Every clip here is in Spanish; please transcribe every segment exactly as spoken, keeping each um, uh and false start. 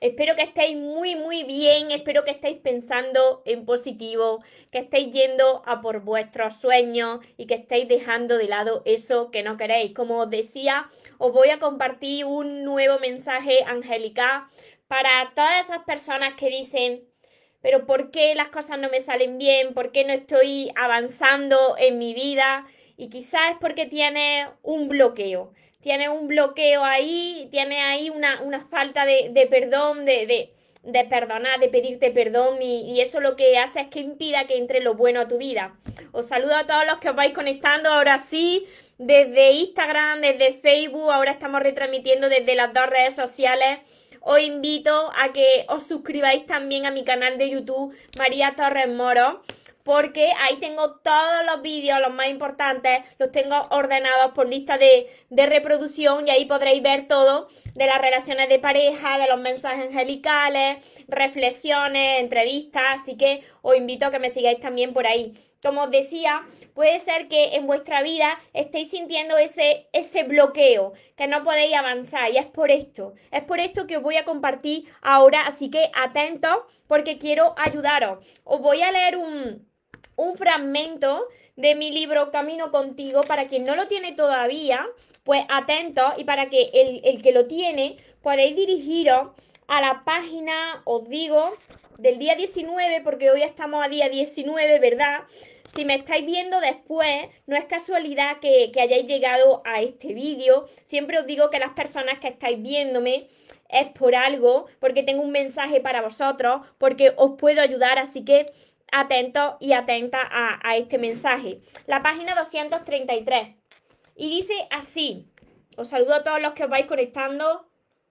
Espero que estéis muy, muy bien, espero que estéis pensando en positivo, que estéis yendo a por vuestros sueños y que estéis dejando de lado eso que no queréis. Como os decía, os voy a compartir un nuevo mensaje angelical para todas esas personas que dicen, pero ¿por qué las cosas no me salen bien? ¿Por qué no estoy avanzando en mi vida? Y quizás es porque tienes un bloqueo. Tienes un bloqueo ahí, tienes ahí una, una falta de, de perdón, de, de, de, perdonar, de pedirte perdón y, y eso lo que hace es que impida que entre lo bueno a tu vida. Os saludo a todos los que os vais conectando ahora sí, desde Instagram, desde Facebook, ahora estamos retransmitiendo desde las dos redes sociales. Os invito a que os suscribáis también a mi canal de YouTube, María Torres Moro, porque ahí tengo todos los vídeos, los más importantes, los tengo ordenados por lista de, de reproducción y ahí podréis ver todo de las relaciones de pareja, de los mensajes angelicales, reflexiones, entrevistas, así que os invito a que me sigáis también por ahí. Como os decía, puede ser que en vuestra vida estéis sintiendo ese, ese bloqueo, que no podéis avanzar y es por esto, es por esto que os voy a compartir ahora, así que atentos porque quiero ayudaros. Os voy a leer un, un fragmento de mi libro Camino Contigo, para quien no lo tiene todavía, pues atentos, y para que el, el que lo tiene podéis dirigiros a la página, os digo, del día diecinueve, porque hoy estamos a día diecinueve, ¿verdad? Si me estáis viendo después, no es casualidad que, que hayáis llegado a este vídeo. Siempre os digo que las personas que estáis viéndome es por algo, porque tengo un mensaje para vosotros, porque os puedo ayudar, así que atentos y atentas a, a este mensaje. La página doscientos treinta y tres. Y dice así, os saludo a todos los que os vais conectando.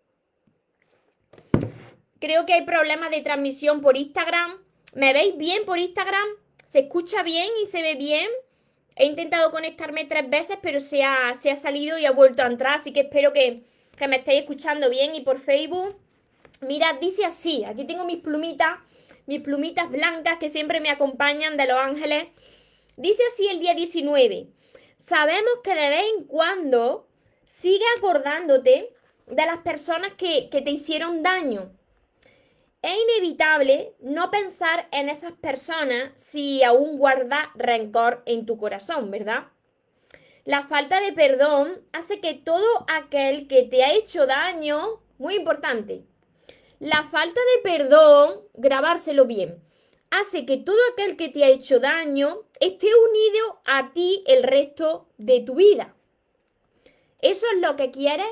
Creo que hay problemas de transmisión por Instagram. ¿Me veis bien por Instagram? ¿Se escucha bien y se ve bien? He intentado conectarme tres veces, pero se ha, se ha salido y ha vuelto a entrar, así que espero que, que me estéis escuchando bien. Y por Facebook, mirad, dice así, aquí tengo mis plumitas, mis plumitas blancas que siempre me acompañan de Los Ángeles. Dice así el día diecinueve. Sabemos que de vez en cuando sigue acordándote de las personas que, que te hicieron daño. Es inevitable no pensar en esas personas si aún guarda rencor en tu corazón, ¿verdad? La falta de perdón hace que todo aquel que te ha hecho daño, muy importante, la falta de perdón, grabárselo bien, hace que todo aquel que te ha hecho daño esté unido a ti el resto de tu vida. ¿Eso es lo que quieres?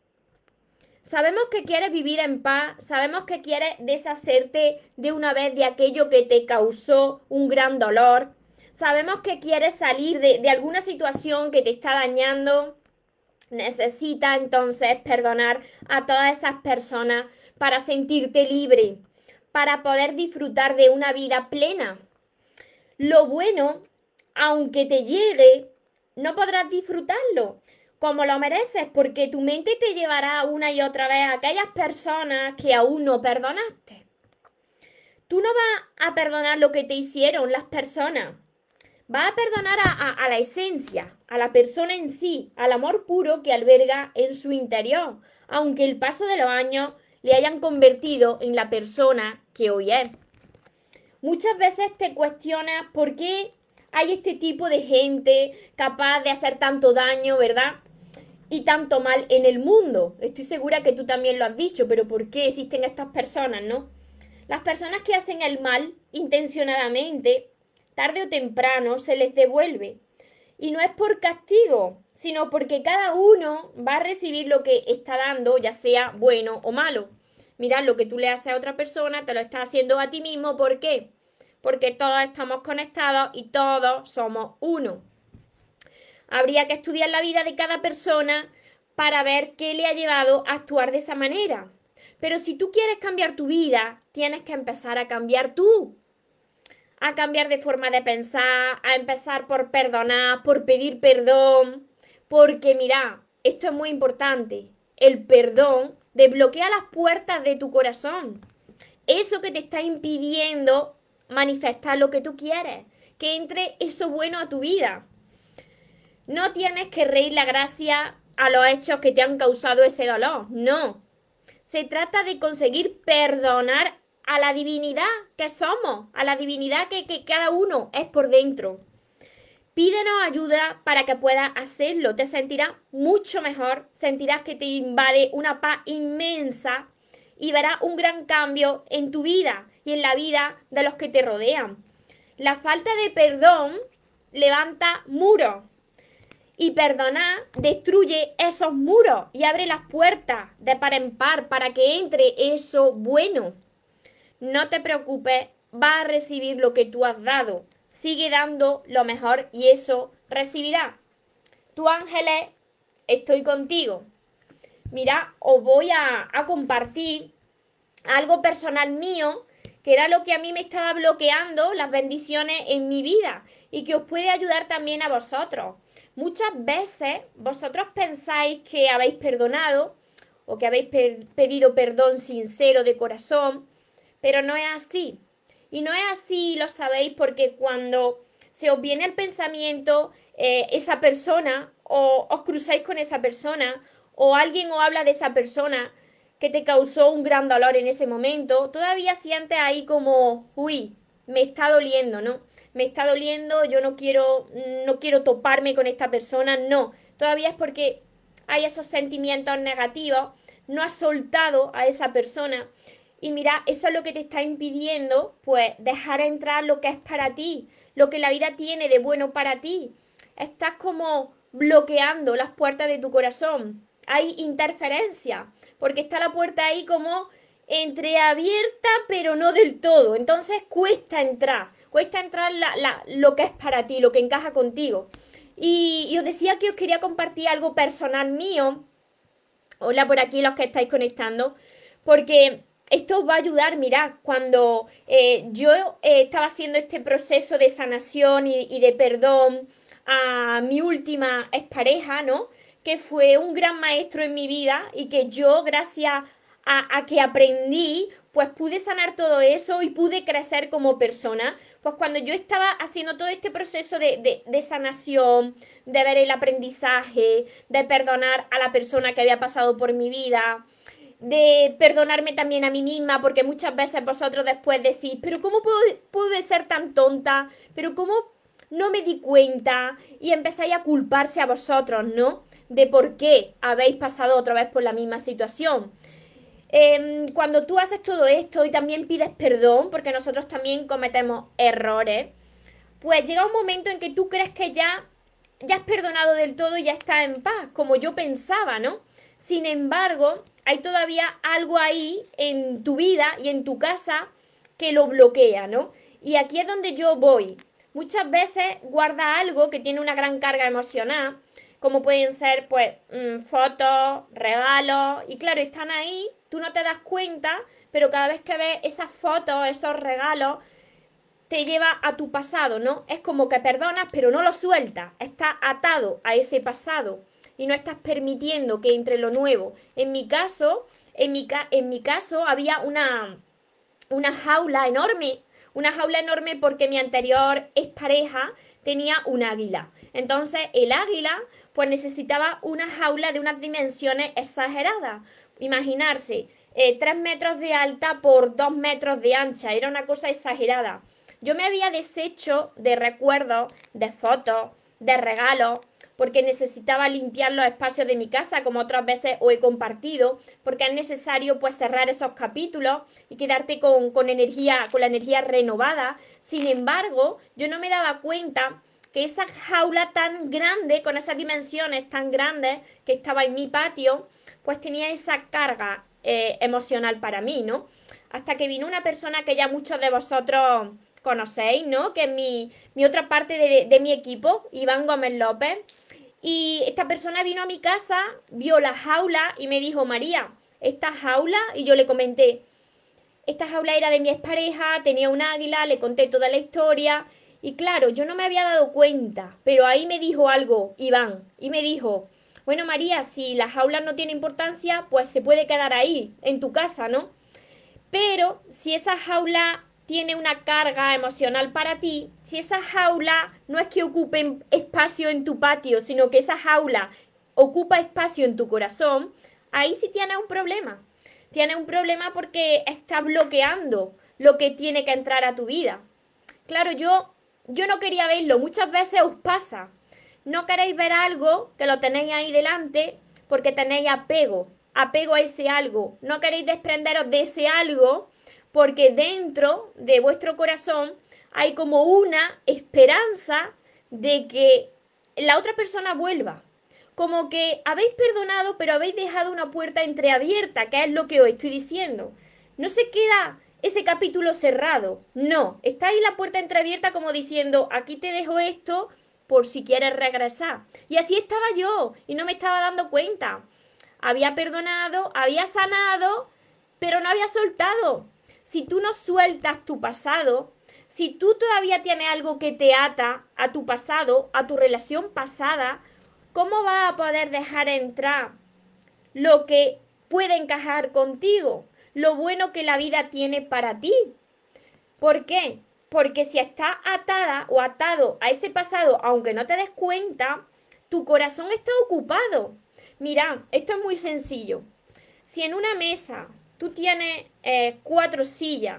Sabemos que quieres vivir en paz, sabemos que quieres deshacerte de una vez de aquello que te causó un gran dolor, sabemos que quieres salir de, de alguna situación que te está dañando. Necesitas entonces perdonar a todas esas personas para sentirte libre, para poder disfrutar de una vida plena. Lo bueno, aunque te llegue, no podrás disfrutarlo como lo mereces, porque tu mente te llevará una y otra vez a aquellas personas que aún no perdonaste. Tú no vas a perdonar lo que te hicieron las personas. Vas a perdonar a, a, a la esencia, a la persona en sí, al amor puro que alberga en su interior, aunque el paso de los años le hayan convertido en la persona que hoy es. Muchas veces te cuestionas por qué hay este tipo de gente capaz de hacer tanto daño, ¿verdad? Y tanto mal en el mundo. Estoy segura que tú también lo has dicho, pero ¿por qué existen estas personas, no? Las personas que hacen el mal intencionadamente, tarde o temprano, se les devuelve. Y no es por castigo, sino porque cada uno va a recibir lo que está dando, ya sea bueno o malo. Mirad, lo que tú le haces a otra persona, te lo estás haciendo a ti mismo. ¿Por qué? Porque todos estamos conectados y todos somos uno. Habría que estudiar la vida de cada persona para ver qué le ha llevado a actuar de esa manera. Pero si tú quieres cambiar tu vida, tienes que empezar a cambiar tú. A cambiar de forma de pensar, a empezar por perdonar, por pedir perdón. Porque mira, esto es muy importante. El perdón desbloquea las puertas de tu corazón. Eso que te está impidiendo manifestar lo que tú quieres. Que entre eso bueno a tu vida. No tienes que reír la gracia a los hechos que te han causado ese dolor, no. Se trata de conseguir perdonar a la divinidad que somos, a la divinidad que, que cada uno es por dentro. Pídenos ayuda para que puedas hacerlo. Te sentirás mucho mejor, sentirás que te invade una paz inmensa y verás un gran cambio en tu vida y en la vida de los que te rodean. La falta de perdón levanta muros y perdonar destruye esos muros y abre las puertas de par en par para que entre eso bueno. No te preocupes, vas a recibir lo que tú has dado. Sigue dando lo mejor y eso recibirás. Tú, ángeles, estoy contigo. Mira, os voy a, a compartir algo personal mío, que era lo que a mí me estaba bloqueando las bendiciones en mi vida y que os puede ayudar también a vosotros. Muchas veces vosotros pensáis que habéis perdonado o que habéis per- pedido perdón sincero de corazón, pero no es así. Y no es así, lo sabéis, porque cuando se os viene el pensamiento eh, esa persona, o os cruzáis con esa persona, o alguien os habla de esa persona que te causó un gran dolor en ese momento, todavía sientes ahí como, uy, me está doliendo, ¿no? Me está doliendo, yo no quiero, no quiero toparme con esta persona, no. Todavía es porque hay esos sentimientos negativos, no has soltado a esa persona. Y mira, eso es lo que te está impidiendo, pues, dejar entrar lo que es para ti, lo que la vida tiene de bueno para ti. Estás como bloqueando las puertas de tu corazón. Hay interferencia, porque está la puerta ahí como entreabierta, pero no del todo. Entonces cuesta entrar, cuesta entrar la, la, lo que es para ti, lo que encaja contigo. Y, y os decía que os quería compartir algo personal mío. Hola por aquí los que estáis conectando, porque esto os va a ayudar. Mirad, cuando eh, yo eh, estaba haciendo este proceso de sanación y, y de perdón a mi última expareja, ¿no? Que fue un gran maestro en mi vida y que yo, gracias a, a que aprendí, pues pude sanar todo eso y pude crecer como persona. Pues cuando yo estaba haciendo todo este proceso de, de, de sanación, de ver el aprendizaje, de perdonar a la persona que había pasado por mi vida, de perdonarme también a mí misma, porque muchas veces vosotros después decís, pero ¿cómo puedo, pude ser tan tonta? ¿Pero cómo no me di cuenta? Y empezáis a culparse a vosotros, ¿no? De por qué habéis pasado otra vez por la misma situación. Eh, cuando tú haces todo esto y también pides perdón, porque nosotros también cometemos errores, pues llega un momento en que tú crees que ya, ya has perdonado del todo y ya estás en paz, como yo pensaba, ¿no? Sin embargo, hay todavía algo ahí en tu vida y en tu casa que lo bloquea, ¿no? Y aquí es donde yo voy. Muchas veces guarda algo que tiene una gran carga emocional, como pueden ser, pues, mmm, fotos, regalos, y claro, están ahí, tú no te das cuenta, pero cada vez que ves esas fotos, esos regalos, te lleva a tu pasado, ¿no? Es como que perdonas, pero no lo sueltas, estás atado a ese pasado y no estás permitiendo que entre lo nuevo. En mi caso, en mi, ca en mi caso había una, una jaula enorme, una jaula enorme porque mi anterior expareja tenía un águila. Entonces el águila pues necesitaba una jaula de unas dimensiones exageradas. Imaginarse, eh, tres metros de alta por dos metros de ancha, era una cosa exagerada. Yo me había deshecho de recuerdos, de fotos, de regalos, porque necesitaba limpiar los espacios de mi casa, como otras veces os he compartido, porque es necesario pues cerrar esos capítulos y quedarte con, con energía, con la energía renovada. Sin embargo, yo no me daba cuenta que esa jaula tan grande, con esas dimensiones tan grandes que estaba en mi patio, pues tenía esa carga eh, emocional para mí, ¿no? Hasta que vino una persona que ya muchos de vosotros conocéis, ¿no? Que es mi, mi otra parte de, de mi equipo, Iván Gómez López. Y esta persona vino a mi casa, vio la jaula y me dijo, María, esta jaula, y yo le comenté, esta jaula era de mi expareja, tenía un águila, le conté toda la historia. Y claro, yo no me había dado cuenta, pero ahí me dijo algo, Iván, y me dijo, bueno María, si la jaula no tiene importancia, pues se puede quedar ahí, en tu casa, ¿no? Pero si esa jaula tiene una carga emocional para ti, si esa jaula no es que ocupe espacio en tu patio, sino que esa jaula ocupa espacio en tu corazón, ahí sí tienes un problema. Tienes un problema porque estás bloqueando lo que tiene que entrar a tu vida. Claro, yo, yo no quería verlo. Muchas veces os pasa. No queréis ver algo que lo tenéis ahí delante porque tenéis apego. Apego a ese algo. No queréis desprenderos de ese algo porque dentro de vuestro corazón hay como una esperanza de que la otra persona vuelva. Como que habéis perdonado, pero habéis dejado una puerta entreabierta, que es lo que os estoy diciendo. No se queda ese capítulo cerrado. No, está ahí la puerta entreabierta como diciendo, aquí te dejo esto por si quieres regresar. Y así estaba yo y no me estaba dando cuenta. Había perdonado, había sanado, pero no había soltado. Si tú no sueltas tu pasado, si tú todavía tienes algo que te ata a tu pasado, a tu relación pasada, ¿cómo vas a poder dejar entrar lo que puede encajar contigo? Lo bueno que la vida tiene para ti. ¿Por qué? Porque si estás atada o atado a ese pasado, aunque no te des cuenta, tu corazón está ocupado. Mira, esto es muy sencillo. Si en una mesa tú tienes eh, cuatro sillas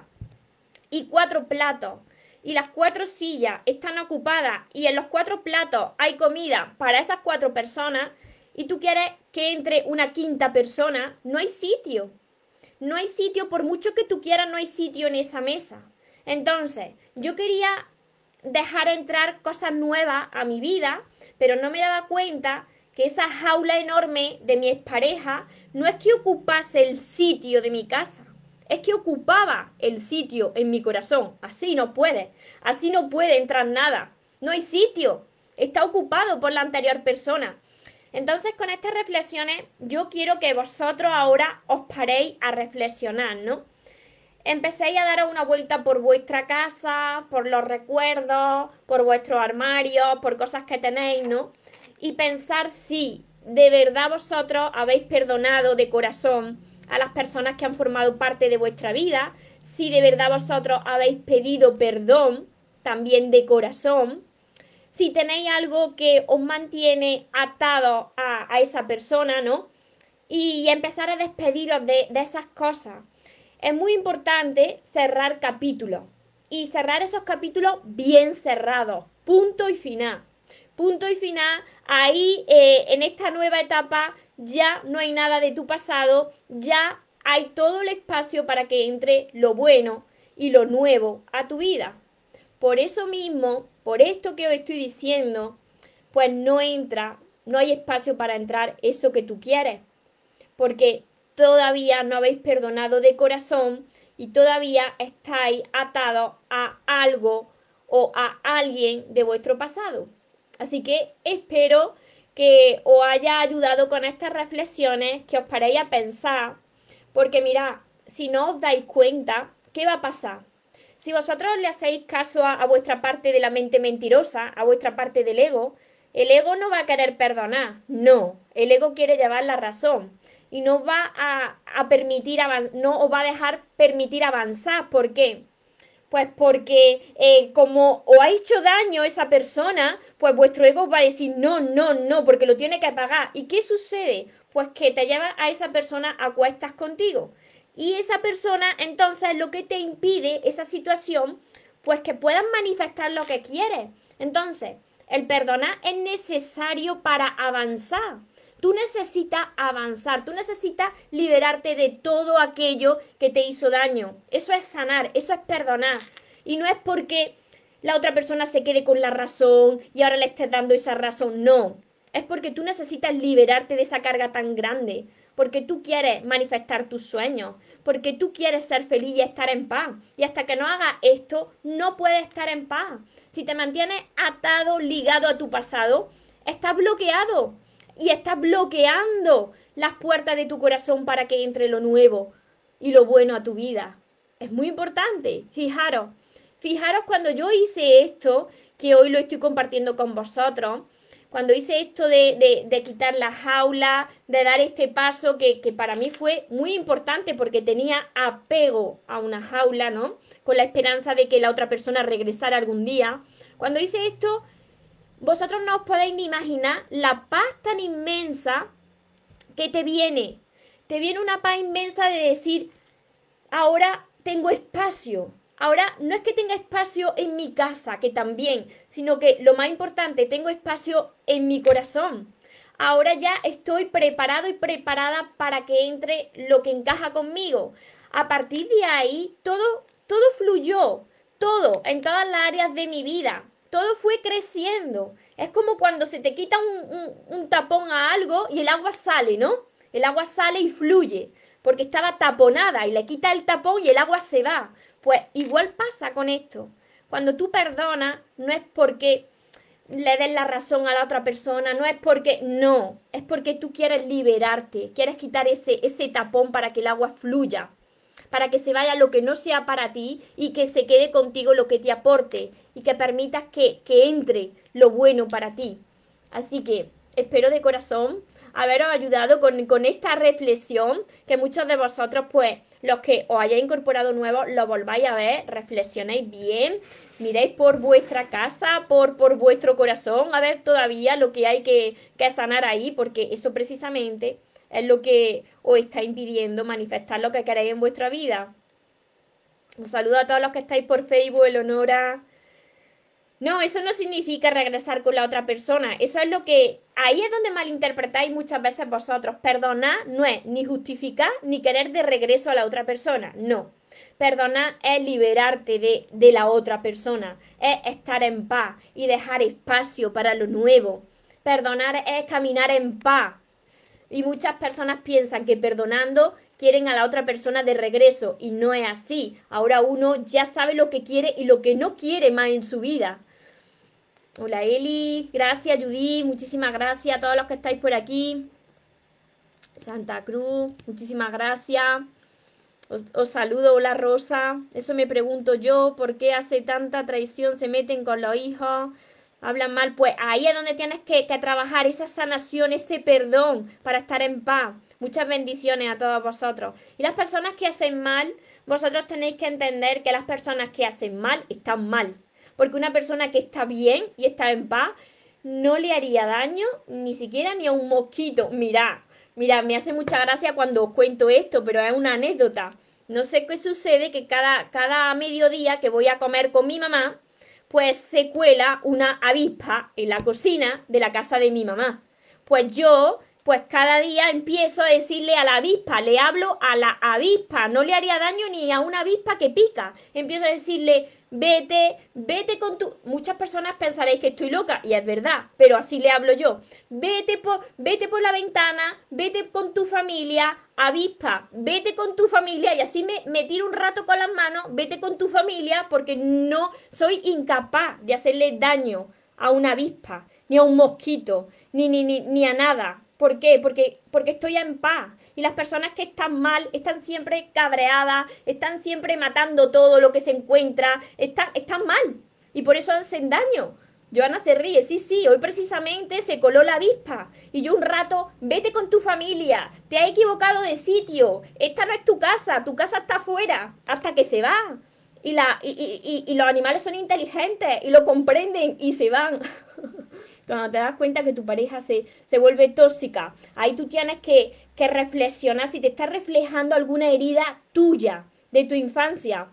y cuatro platos, y las cuatro sillas están ocupadas y en los cuatro platos hay comida para esas cuatro personas, y tú quieres que entre una quinta persona, no hay sitio. No hay sitio, por mucho que tú quieras, no hay sitio en esa mesa. Entonces, yo quería dejar entrar cosas nuevas a mi vida, pero no me daba cuenta que esa jaula enorme de mi expareja no es que ocupase el sitio de mi casa, es que ocupaba el sitio en mi corazón. Así no puede, así no puede entrar nada. No hay sitio, está ocupado por la anterior persona. Entonces, con estas reflexiones, yo quiero que vosotros ahora os paréis a reflexionar, ¿no? Empecéis a daros una vuelta por vuestra casa, por los recuerdos, por vuestros armarios, por cosas que tenéis, ¿no? Y pensar si de verdad vosotros habéis perdonado de corazón a las personas que han formado parte de vuestra vida, si de verdad vosotros habéis pedido perdón también de corazón, si tenéis algo que os mantiene atados a, a esa persona, ¿no? Y empezar a despediros de, de esas cosas. Es muy importante cerrar capítulos y cerrar esos capítulos bien cerrados, punto y final. Punto y final, ahí eh, en esta nueva etapa ya no hay nada de tu pasado, ya hay todo el espacio para que entre lo bueno y lo nuevo a tu vida. Por eso mismo, por esto que os estoy diciendo, pues no entra, no hay espacio para entrar eso que tú quieres, porque todavía no habéis perdonado de corazón y todavía estáis atados a algo o a alguien de vuestro pasado. Así que espero que os haya ayudado con estas reflexiones, que os paréis a pensar, porque mirad, si no os dais cuenta, ¿qué va a pasar? Si vosotros le hacéis caso a, a vuestra parte de la mente mentirosa, a vuestra parte del ego, el ego no va a querer perdonar, no, el ego quiere llevar la razón y no va a, a permitir, no os va a dejar permitir avanzar. ¿Por qué? Pues porque eh, como os ha hecho daño esa persona, pues vuestro ego va a decir no, no, no, porque lo tiene que pagar. ¿Y qué sucede? Pues que te lleva a esa persona a cuestas contigo. Y esa persona entonces lo que te impide, esa situación, pues que puedas manifestar lo que quieres. Entonces, el perdonar es necesario para avanzar. Tú necesitas avanzar, tú necesitas liberarte de todo aquello que te hizo daño. Eso es sanar, eso es perdonar. Y no es porque la otra persona se quede con la razón y ahora le estés dando esa razón, no. Es porque tú necesitas liberarte de esa carga tan grande, porque tú quieres manifestar tus sueños, porque tú quieres ser feliz y estar en paz. Y hasta que no hagas esto, no puedes estar en paz. Si te mantienes atado, ligado a tu pasado, estás bloqueado. Y estás bloqueando las puertas de tu corazón para que entre lo nuevo y lo bueno a tu vida. Es muy importante, fijaros. Fijaros cuando yo hice esto, que hoy lo estoy compartiendo con vosotros, cuando hice esto de, de, de quitar la jaula, de dar este paso que, que para mí fue muy importante porque tenía apego a una jaula, ¿no? Con la esperanza de que la otra persona regresara algún día. Cuando hice esto, vosotros no os podéis ni imaginar la paz tan inmensa que te viene, te viene una paz inmensa de decir, ahora tengo espacio. Ahora no es que tenga espacio en mi casa, que también, sino que lo más importante, tengo espacio en mi corazón. Ahora ya estoy preparado y preparada para que entre lo que encaja conmigo. A partir de ahí, todo, todo fluyó, todo, en todas las áreas de mi vida. Todo fue creciendo. Es como cuando se te quita un, un, un tapón a algo y el agua sale, ¿no? El agua sale y fluye, porque estaba taponada y le quita el tapón y el agua se va. Pues igual pasa con esto. Cuando tú perdonas, no es porque le des la razón a la otra persona, no es porque, no, es porque tú quieres liberarte, quieres quitar ese, ese tapón para que el agua fluya, para que se vaya lo que no sea para ti y que se quede contigo lo que te aporte y que permitas que, que entre lo bueno para ti. Así que espero de corazón haberos ayudado con, con esta reflexión, que muchos de vosotros, pues, los que os hayáis incorporado nuevos, lo volváis a ver, reflexionéis bien, miréis por vuestra casa, por, por vuestro corazón, a ver todavía lo que hay que, que sanar ahí, porque eso precisamente es lo que os está impidiendo manifestar lo que queréis en vuestra vida. Os saludo a todos los que estáis por Facebook, Eleonora. No, eso no significa regresar con la otra persona. Eso es lo que... Ahí es donde malinterpretáis muchas veces vosotros. Perdonar no es ni justificar ni querer de regreso a la otra persona. No. Perdonar es liberarte de, de la otra persona. Es estar en paz y dejar espacio para lo nuevo. Perdonar es caminar en paz. Y muchas personas piensan que perdonando quieren a la otra persona de regreso. Y no es así. Ahora uno ya sabe lo que quiere y lo que no quiere más en su vida. Hola Eli, gracias Judith, muchísimas gracias a todos los que estáis por aquí. Santa Cruz, muchísimas gracias. Os, os saludo, hola Rosa. Eso me pregunto yo, ¿por qué hace tanta traición? Se meten con los hijos, hablan mal. Pues ahí es donde tienes que, que trabajar esa sanación, ese perdón para estar en paz. Muchas bendiciones a todos vosotros. Y las personas que hacen mal, vosotros tenéis que entender que las personas que hacen mal están mal. Porque una persona que está bien y está en paz no le haría daño ni siquiera ni a un mosquito. Mirad, mirad, me hace mucha gracia cuando os cuento esto, pero es una anécdota. No sé qué sucede, que cada, cada mediodía que voy a comer con mi mamá, pues se cuela una avispa en la cocina de la casa de mi mamá. Pues yo, pues cada día empiezo a decirle a la avispa, le hablo a la avispa, no le haría daño ni a una avispa que pica. Empiezo a decirle... Vete, vete con tu... Muchas personas pensaréis que estoy loca, y es verdad, pero así le hablo yo. Vete por, vete por la ventana, vete con tu familia, avispa, vete con tu familia, y así me, me tiro un rato con las manos, vete con tu familia, porque no soy incapaz de hacerle daño a una avispa, ni a un mosquito, ni, ni, ni, ni a nada. ¿Por qué? Porque, porque estoy en paz. Y las personas que están mal están siempre cabreadas, están siempre matando todo lo que se encuentra, están, están mal. Y por eso hacen daño. Joana se ríe, sí, sí, hoy precisamente se coló la avispa. Y yo un rato, vete con tu familia, te has equivocado de sitio, esta no es tu casa, tu casa está afuera, hasta que se va. Y, la, y, y, y, y los animales son inteligentes y lo comprenden y se van. Cuando te das cuenta que tu pareja se, se vuelve tóxica, ahí tú tienes que, que reflexionar si te está reflejando alguna herida tuya, de tu infancia.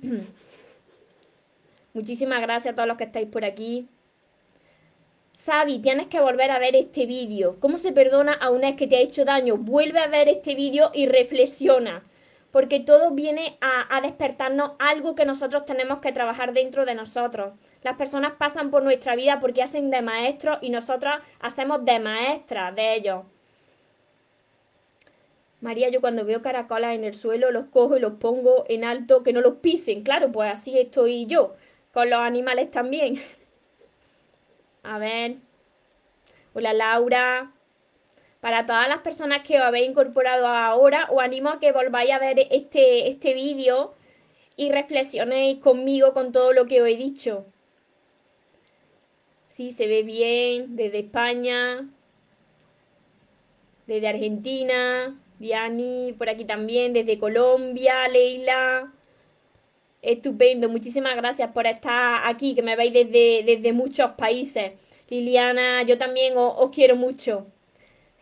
Muchísimas gracias a todos los que estáis por aquí. Sabi, tienes que volver a ver este vídeo. ¿Cómo se perdona a una ex que te ha hecho daño? Vuelve a ver este vídeo y reflexiona. Porque todo viene a, a despertarnos algo que nosotros tenemos que trabajar dentro de nosotros. Las personas pasan por nuestra vida porque hacen de maestros y nosotros hacemos de maestras de ellos. María, yo cuando veo caracolas en el suelo los cojo y los pongo en alto, que no los pisen. Claro, pues así estoy yo, con los animales también. A ver. Hola Laura. Para todas las personas que os habéis incorporado ahora, os animo a que volváis a ver este, este vídeo y reflexionéis conmigo con todo lo que os he dicho. Sí, se ve bien, desde España, desde Argentina, Diani, por aquí también, desde Colombia, Leila. Estupendo, muchísimas gracias por estar aquí, que me veis desde, desde muchos países. Liliana, yo también os, os quiero mucho.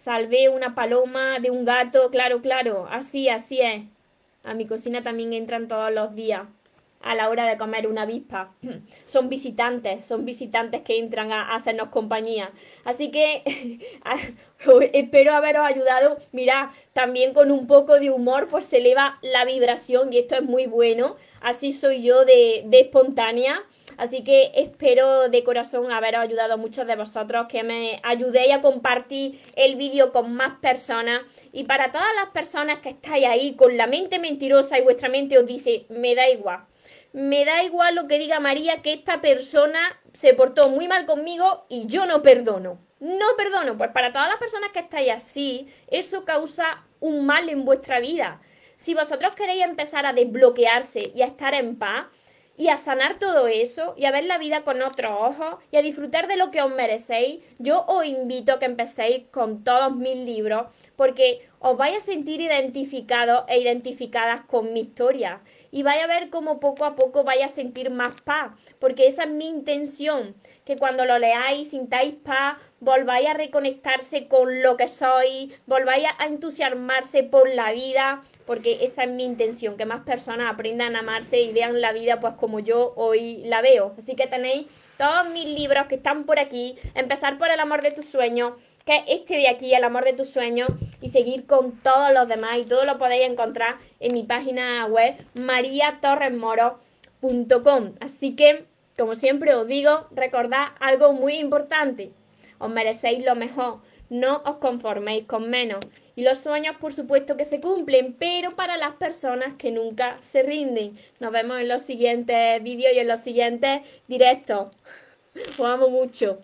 Salvé una paloma de un gato, claro, claro, así, así es. A mi cocina también entran todos los días a la hora de comer una avispa. Son visitantes, son visitantes que entran a, a hacernos compañía. Así que espero haberos ayudado. Mirad, también con un poco de humor pues se eleva la vibración y esto es muy bueno. Así soy yo de, de espontánea. Así que espero de corazón haberos ayudado a muchos de vosotros, que me ayudéis a compartir el vídeo con más personas. Y para todas las personas que estáis ahí con la mente mentirosa y vuestra mente os dice, me da igual. Me da igual lo que diga María, que esta persona se portó muy mal conmigo y yo no perdono. No perdono. Pues para todas las personas que estáis así, eso causa un mal en vuestra vida. Si vosotros queréis empezar a desbloquearse y a estar en paz y a sanar todo eso y a ver la vida con otros ojos y a disfrutar de lo que os merecéis, yo os invito a que empecéis con todos mis libros, porque os vais a sentir identificados e identificadas con mi historia y vais a ver cómo poco a poco vais a sentir más paz, porque esa es mi intención, que cuando lo leáis sintáis paz, volváis a reconectarse con lo que sois, volváis a entusiasmarse por la vida, porque esa es mi intención, que más personas aprendan a amarse y vean la vida pues como yo hoy la veo. Así que tenéis todos mis libros que están por aquí, empezar por El amor de tus sueños, que es este de aquí, El amor de tus sueños, y seguir con todos los demás, y todo lo podéis encontrar en mi página web maria torres moro punto com. Así que, como siempre os digo, recordad algo muy importante: os merecéis lo mejor, no os conforméis con menos. Y los sueños, por supuesto, que se cumplen, pero para las personas que nunca se rinden. Nos vemos en los siguientes vídeos y en los siguientes directos. Os amo mucho.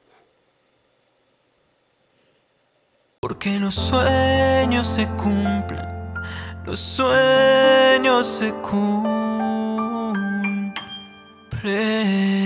Porque los sueños se cumplen, los sueños se cumplen.